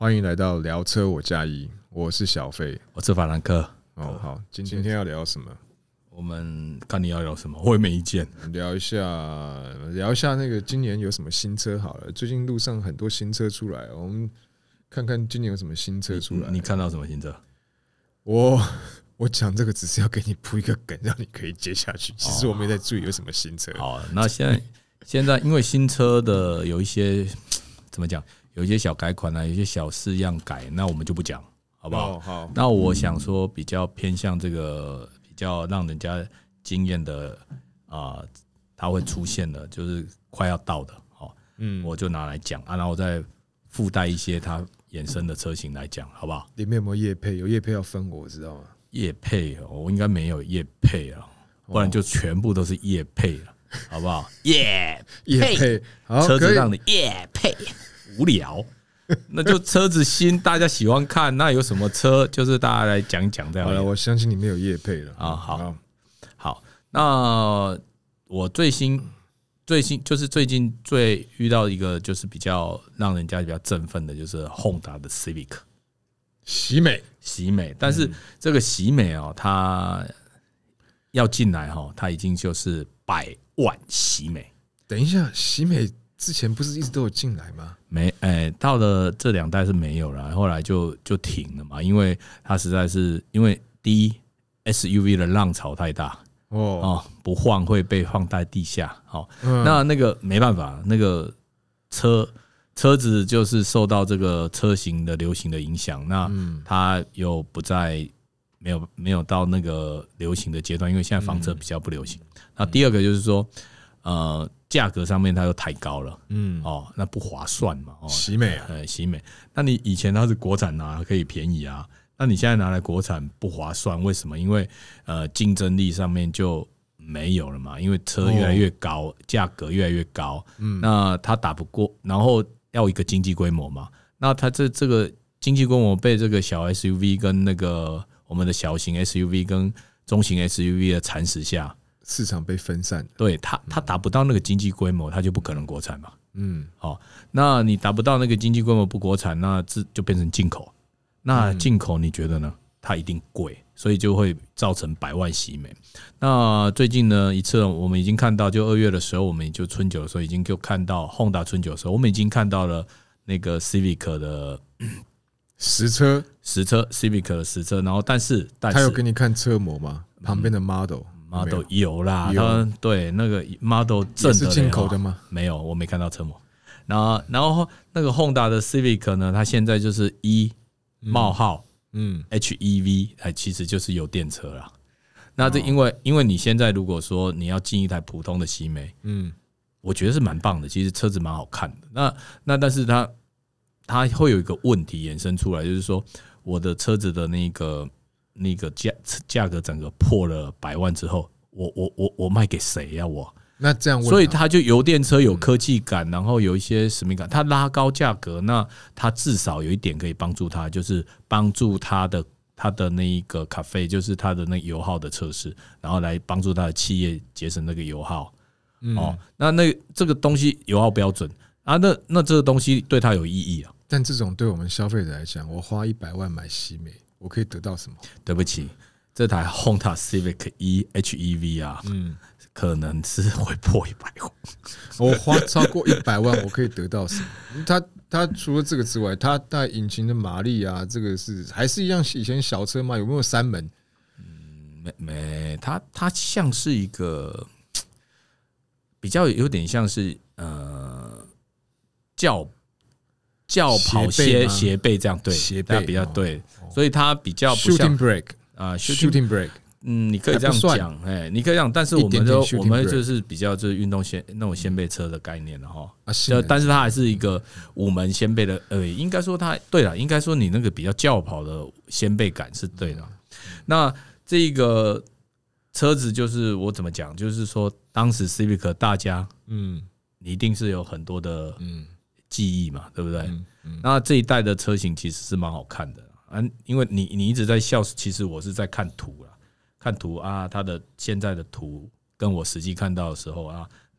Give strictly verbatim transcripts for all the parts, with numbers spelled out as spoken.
欢迎来到聊车我驾一，我是小费， 我是法兰克。 哦，好，今天要聊什么？ 我们看你要聊什么，我也没意见。 聊一下，聊一下那个今年有什么新车好了。最近路上很多新车出来，我们看看今年有什么新车出来。 你, 你看到什么新车？ 我我讲这个只是要给你铺一个梗，让你可以接下去。其实我没在注意有什么新车。 好，那现在现在因为新车的有一些怎么讲？有一些小改款啊，有一些小式样改，那我们就不讲，好不好？ 哦、好。 那我想说，比较偏向这个比较让人家惊艳的啊、呃，它会出现的，就是快要到的，好，嗯，我就拿来讲啊，然后我再附带一些它衍生的车型来讲，好不好？ 里面有没有业配？有业配要分我，我知道吗？ 业配，我应该没有业配啊，不然就全部都是业配了，好不好？业业配，好， 车子让你业配。无聊，那就车子新，大家喜欢看。那有什么车，就是大家来讲讲这样。 好了，我相信你没有业配了啊。好，好，那我最新最新就是最近最遇到一个就是比较让人家比较振奋的，就是 Honda 的 Civic 喜美喜美，但是这个喜美哦，它要进来哈，它已经就是百万喜美。 等一下，喜美之前不是一直都有进来吗？ 没，哎、欸，到了这两代是没有了，后来就就停了嘛，因为它实在是因为第一 S U V 的浪潮太大哦，哦不晃会被放在地下，哦，嗯、那那个没办法，那个车车子就是受到这个车型的流行的影响，那它又不在没有没有到那个流行的阶段，因为现在房车比较不流行。那第二个就是说，呃。价格上面它又太高了，嗯，哦，那不划算嘛，哦， 喜美啊， 呃，喜美，那你以前它是国产拿可以便宜啊，那你现在拿来国产不划算，为什么？因为呃竞争力上面就没有了嘛，因为车越来越高，价格越来越高，嗯，那它打不过，然后要一个经济规模嘛，那它这这个经济规模被这个小 S U V 跟那个我们的小型 S U V 跟中型 S U V 的蚕食下。 市场被分散， 对它，它达不到那个经济规模，它就不可能国产嘛。 嗯， 好，那你达不到那个经济规模不国产，那这就变成进口。那进口你觉得呢？它一定贵，所以就会造成百万喜美。那最近呢，一次我们已经看到，就二月的时候，我们就春酒的时候已经就看到 Honda 春酒的时候，我们已经看到了那个 Civic 的实车， 实车 Civic 的实车，然后但是但是他有给你看车模吗？旁边的 model。model 有啦，它对那个 model 正的是进口的吗？ 没有，我没看到车模。然后，然后那个 Honda 的 Civic 呢，它现在就是 E 冒号嗯 H E V， 哎，其实就是油电车啦。那这因为因为你现在如果说你要进一台普通的喜美，嗯，我觉得是蛮棒的，其实车子蛮好看的。那那但是它它会有一个问题衍生出来，就是说我的车子的那个。那个价价格整个破了百万之后，我我我我卖给谁呀、啊？我那这样问， 所以它就油电车有科技感，然后有一些使命感，它拉高价格，那它至少有一点可以帮助它，就是帮助它的它的那一个咖啡，就是它的那油耗的测试，然后来帮助它的企业节省那个油耗。嗯、哦，那那这个东西油耗标准啊，那那这个东西对它有意义啊。 但这种对我们消费者来讲，我花一百万买喜美。我可以得到什么？ 对不起，这台 Honda Civic E H E V 啊，嗯，可能是会破一百万。 我花超过一百万，我可以得到什么？它它除了这个之外，它带引擎的马力啊，这个是还是一样以前小车吗？有没有三门？ 嗯，没没，它它像是一个比较有点像是呃轿。轿跑斜斜背这样对， 斜背比较对，所以它比较不像 shooting brake 啊 ，shooting brake， 嗯，你可以这样讲，哎，你可以这样，但是我们就我们就是比较就是运动掀那种掀背车的概念了哈，但是它还是一个五门掀背的，呃，应该说它对了，应该说你那个比较轿跑的掀背感是对的。那这个车子就是我怎么讲，就是说当时 Civic 大家，嗯，你一定是有很多的，嗯。记忆嘛，对不对？嗯嗯、那这一代的车型其实是蛮好看的啊，因为你你一直在笑，其实我是在看图啦，看图啊，它的现在的图跟我实际看到的时候啊，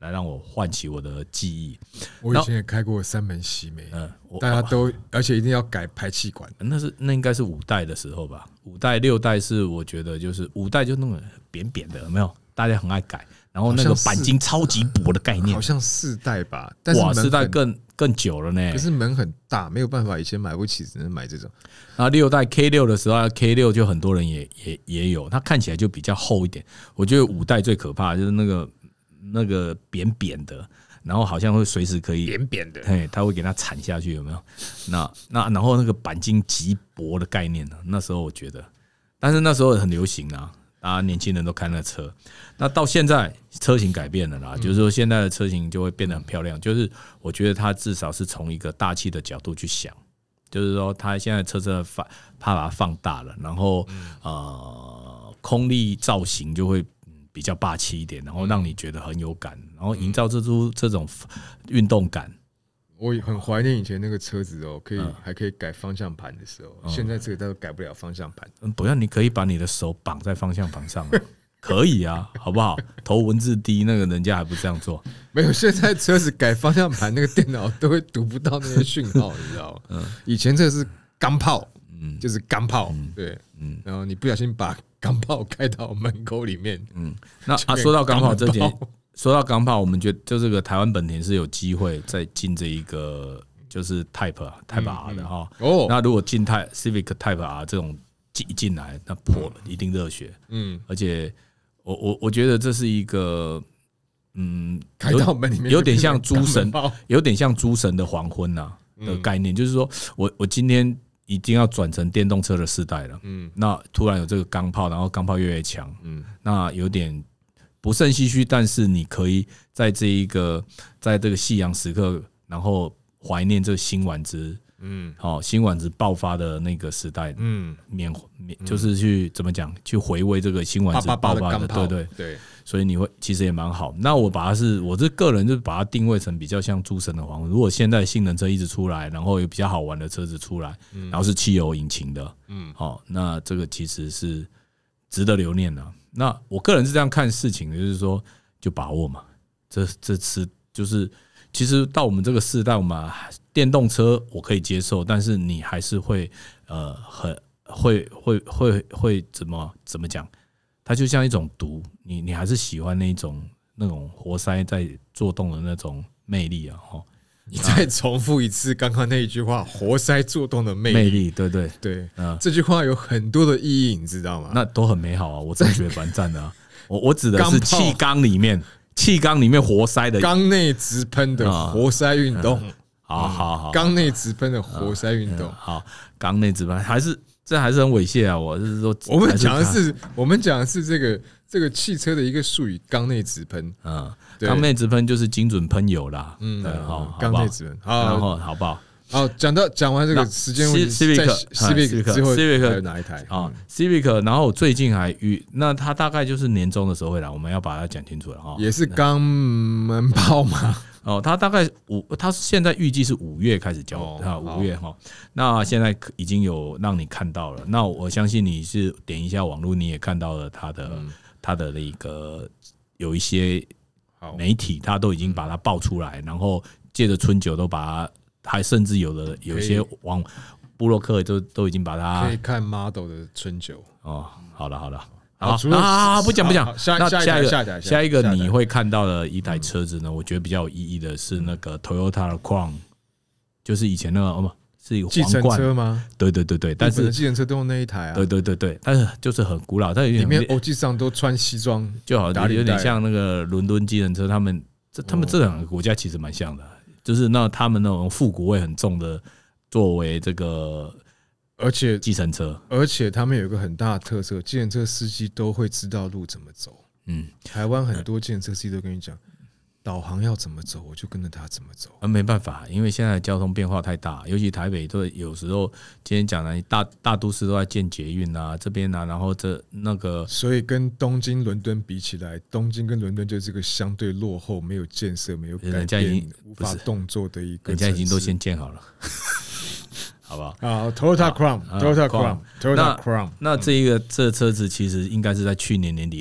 来让我唤起我的记忆。 我以前也开过三门喜美，嗯，大家都而且一定要改排气管， 那是那应该是五代的时候吧，五代六代是我觉得就是五代就那种扁扁的，有没有？大家很爱改。然后那个钣金超级薄的概念， 好像四代吧，但是哇，四代更更久了呢。 可是门很大，没有办法，以前买不起，只能买这种。 然后六代 K 六的时候 ，K 六就很多人也也也有，它看起来就比较厚一点。我觉得五代最可怕的就是那个那个扁扁的，然后好像会随时可以扁扁的， 嘿，它会给它铲下去，有没有？那那然后那个钣金极薄的概念呢？那时候我觉得，但是那时候很流行啊。大家年轻人都开那车，那到现在车型改变了啦，就是说现在的车型就会变得很漂亮。就是我觉得它至少是从一个大气的角度去想，就是说它现在车子的放怕把它放大了，然后呃空力造型就会比较霸气一点，然后让你觉得很有感，然后营造这出这种运动感。 我很怀念以前那个车子哦，可以还可以改方向盘的时候，现在这个都改不了方向盘。 嗯，不要，你可以把你的手绑在方向盘上，可以啊，好不好？头文字 D 那个人家还不这样做。 没有，现在车子改方向盘，那个电脑都会读不到那些讯号，你知道吗？嗯，以前这是钢炮，嗯，就是钢炮，对，嗯，然后你不小心把钢炮开到门口里面，嗯， 那啊，说到钢炮这件。说到钢炮，我们觉得就这个台湾本田是有机会再进这一个就是 Type Type R 的哈。哦，那如果进 Type Civic Type R 这种一进来，那破一定热血。嗯，而且我我我觉得这是一个嗯， 开到门里面有点像诸神，有点像诸神的黄昏呐的概念，就是说我我今天已经要转成电动车的世代了。嗯，那突然有这个钢炮，然后钢炮越来越强。嗯，那有点。不胜唏嘘，但是你可以在这一个，在这个夕阳时刻，然后怀念这个新丸子，嗯，好，新丸子爆发的那个时代，嗯，缅就是去怎么讲，去回味这个新丸子爆发的，对对对，所以你会其实也蛮好。那我把它是，我这个人就把它定位成比较像诸神的黄昏。如果现在性能车一直出来，然后有比较好玩的车子出来，然后是汽油引擎的，嗯，好，那这个其实是值得留念的。那我个人是这样看事情的，就是说，就把握嘛。这这次就是，其实到我们这个世代嘛，电动车我可以接受，但是你还是会呃，很会会会会怎么怎么讲？它就像一种毒，你你还是喜欢那种那种活塞在做动的那种魅力啊！哈。 你再重复一次刚刚那一句话，活塞做动的魅力， 魅力，对对对，嗯，这句话有很多的意义，你知道吗？ 那都很美好啊，我真的觉得蛮赞的啊。我我指的是气缸里面，气缸里面活塞的缸内直喷的活塞运动， 好好好， 缸内直喷的活塞运动， 好，缸内直喷还是这还是很猥亵啊！我是说， 我们讲的是我们讲的是这个这个汽车的一个术语，缸内直喷，嗯。 缸内直喷就是精准喷油啦，嗯， 好，缸内直喷， 然后好不好？ 好，讲到讲完这个时间问题 ，Civic Civic 之后，Civic 哪一台啊 ？Civic， 然后我最近还预，那它大概就是年终的时候会来，我们要把它讲清楚了哈。 也是肛门炮嘛？ 哦，它大概五，它现在预计是五月开始交，啊，五月哈。那现在已经有让你看到了，那我相信你是点一下网络，你也看到了它的它的那个有一些。媒体他都已经把它爆出来，然后借着春酒都把它，还甚至有的有些网部落客都都已经把它可以看 model 的春酒哦。好了好了，好啊，不讲不讲，那下一个下一个你会看到的一台车子呢？我觉得比较有意义的是那个 Toyota 的 Crown， 就是以前那个是一个计程车吗？ 对对对对，但是计程车都用那一台啊。 对对对对，但是就是很古老，但里面欧记上都穿西装， 就好像有点像那个伦敦计程车，他们这他们这两个国家其实蛮像的，就是那他们那种复古味很重的，作为这个而且计程车， 而且他们有一个很大的特色，计程车司机都会知道路怎么走。嗯，台湾很多计程车司机都跟你讲。导航要怎么走，我就跟着他怎么走。 啊，没办法，因为现在交通变化太大，尤其台北都有时候，今天讲的大大都市都在建捷运啊，这边啊，然后这那个， 所以跟东京、伦敦比起来，东京跟伦敦就是个相对落后、没有建设、没有改变、无法动作的一个， 人家已经都先建好了。好不好？ 啊 ，Toyota Crown，Toyota Crown，Toyota Crown。 那这一个这车子其实应该是在去年年底要来。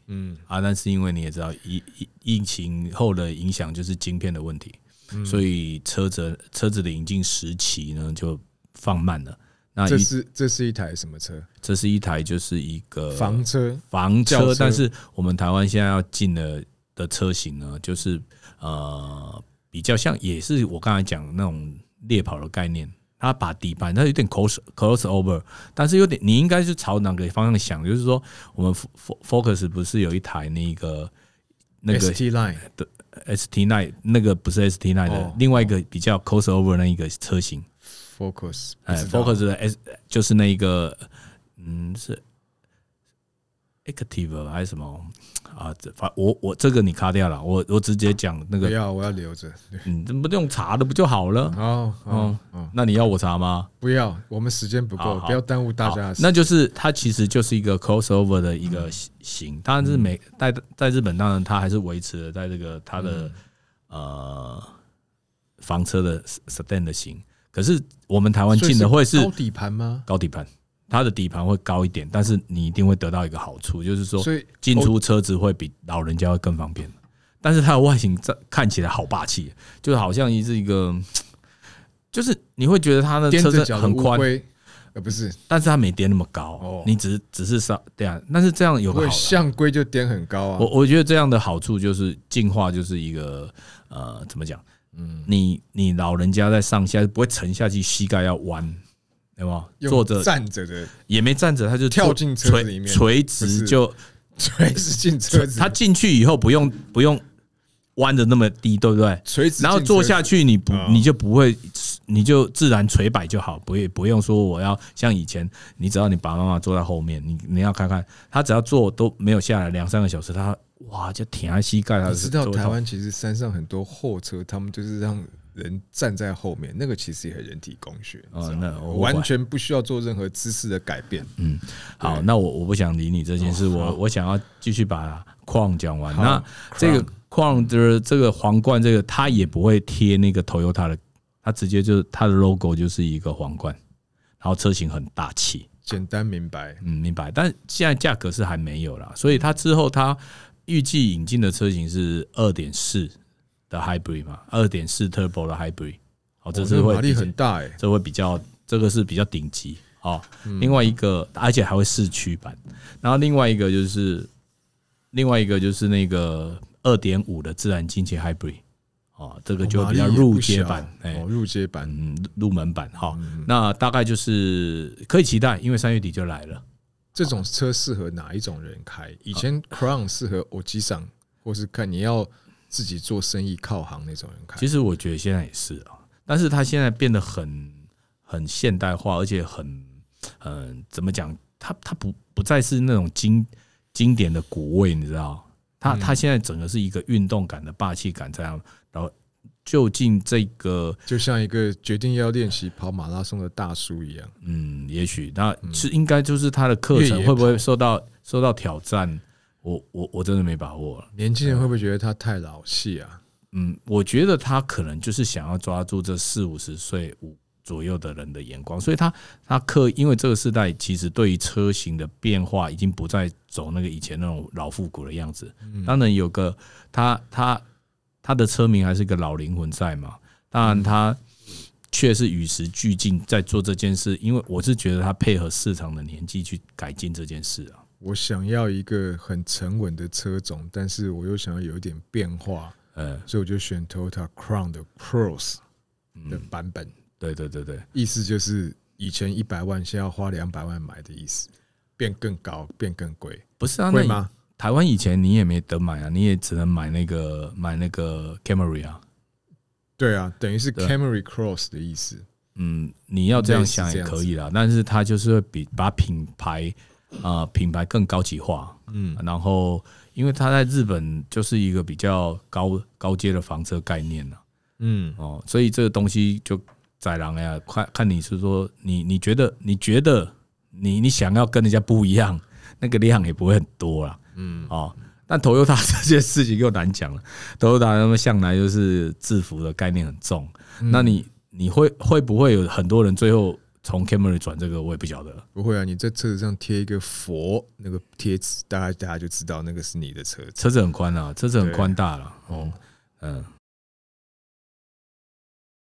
嗯啊，但是因为你也知道疫疫情后的影响就是晶片的问题，嗯、所以车子车子的引进时期呢就放慢了。那这是这是一台什么车？ 这是一台就是一个房车， 房车。但是我们台湾现在要进的的车型呢，就是呃比较像，也是我刚才讲那种猎跑的概念。它把底盘它有点 cross cross over， 但是有点你应该是朝哪个方向想？就是说，我们 Focus 不是有一台那个那个 S T Line 的 S T 九 那个不是 S T 九 的、哦、另外一个比较 cross over 那一个车型。 Focus， 哎 ，Focus 的 S 就是那一个，嗯，是 Active 还是什么啊？我我这个你卡掉了，我我直接讲那个。 不要，我要留着。 嗯，不用查的不就好了？哦哦哦，那你要我查吗？ 不要，我们时间不够，不要耽误大家的时间。 那就是它其实就是一个 crossover 的一个型，当然是美在在日本，当然它还是维持了在这个它的、嗯、呃房车的 sedan 的型。可是我们台湾进的会是高底盘吗？ 高底盘，它的底盘会高一点，但是你一定会得到一个好处，就是说进出车子会比老人家会更方便。但是它的外形看起来好霸气，就好像是一个，就是你会觉得它的车子很宽， 呃不是， 但是它没颠那么高，哦、你只只是稍对啊，但是这样有个好， 象龟就颠很高啊。 我我觉得这样的好处就是进化，就是一个呃怎么讲？嗯，你你老人家在上下不会沉下去，膝盖要弯，对吧？坐着站着的也没站着，他就跳进车子里面， 垂直就垂直进车子。 他进去以后不用不用弯的那么低，对不对？ 垂直， 然后坐下去你不你就不会，你就自然垂摆就好，不不用说我要像以前，你只要你爸爸妈妈坐在后面，你你要看看他只要坐都没有下来两三个小时，他。哇，就挺在膝盖。 你知道台湾其实山上很多货车，他们就是让人站在后面，那个其实也很人体工学，哦，那完全不需要做任何姿势的改变。 嗯，好，那我我不想理你这件事，我我想要继续把框讲完。那这个框的这个皇冠，这个它也不会贴那个 Toyota 的，它直接就是它的 logo 就是一个皇冠，然后车型很大气， 简单明白。 嗯，明白。但现在价格是还没有啦，所以它之后它。预计引进的车型是 二点四 的 hybrid 嘛 ,二点四 turbo 的 hybrid。好，这是会马力很大哎， 这会比较这个是比较顶级哦。另外一个，而且还会四驱版。然后另外一个就是另外一个就是那个 二点五 的自然进气 hybrid。哦，这个就比较入阶版， 哎，入阶版， 嗯，入门版。好，那大概就是可以期待，因为三月底就来了。 这种车适合哪一种人开？以前 Crown 适合欧吉桑，或是看你要自己做生意靠行那种人开。 其实我觉得现在也是啊，但是它现在变得很很现代化，而且很嗯，怎么讲？它它不不再是那种经经典的古味，你知道？它它现在整个是一个运动感的霸气感这样，然后究竟这个就像一个决定要练习跑马拉松的大叔一样， 嗯，也许那是应该就是他的课程会不会受到受到挑战？我我我真的没把握了。 年轻人会不会觉得他太老气啊？ 嗯，我觉得他可能就是想要抓住这四五十岁五左右的人的眼光，所以他他刻因为这个时代其实对于车型的变化已经不再走那个以前那种老复古的样子。当然有个他他。他的车名还是个老灵魂在嘛？当然，他却是与时俱进在做这件事，因为我是觉得他配合市场的年纪去改进这件事啊。 我想要一个很沉稳的车种，但是我又想要有一点变化，呃，所以我就选 Toyota Crown 的 Cross 的版本。 对对对对， 意思就是以前一百万，现在要花两百万买的意思，变更高，变更贵， 不是啊？ 会吗？ 台湾以前你也没得买啊，你也只能买那个买那个 Camry 啊。 对啊，等于是 Camry Cross 的意思。 嗯，你要这样想也可以啦，但是它就是会比把品牌啊、呃、品牌更高级化。嗯，然后因为它在日本就是一个比较高高阶的房车概念啊。嗯，哦，所以这个东西就宰狼呀，看看你是说你你觉得你觉得你你想要跟人家不一样，那个量也不会很多啦。嗯，哦，但 Toyota 这件事情又难讲了。Toyota 他们向来就是制服的概念很重，嗯、那你你会会不会有很多人最后从 Camry 转这个我也不晓得。 不会啊，你在车子上贴一个佛那个贴纸，大概大家就知道那个是你的车子。 车子很宽啊，车子很宽大了。哦，嗯。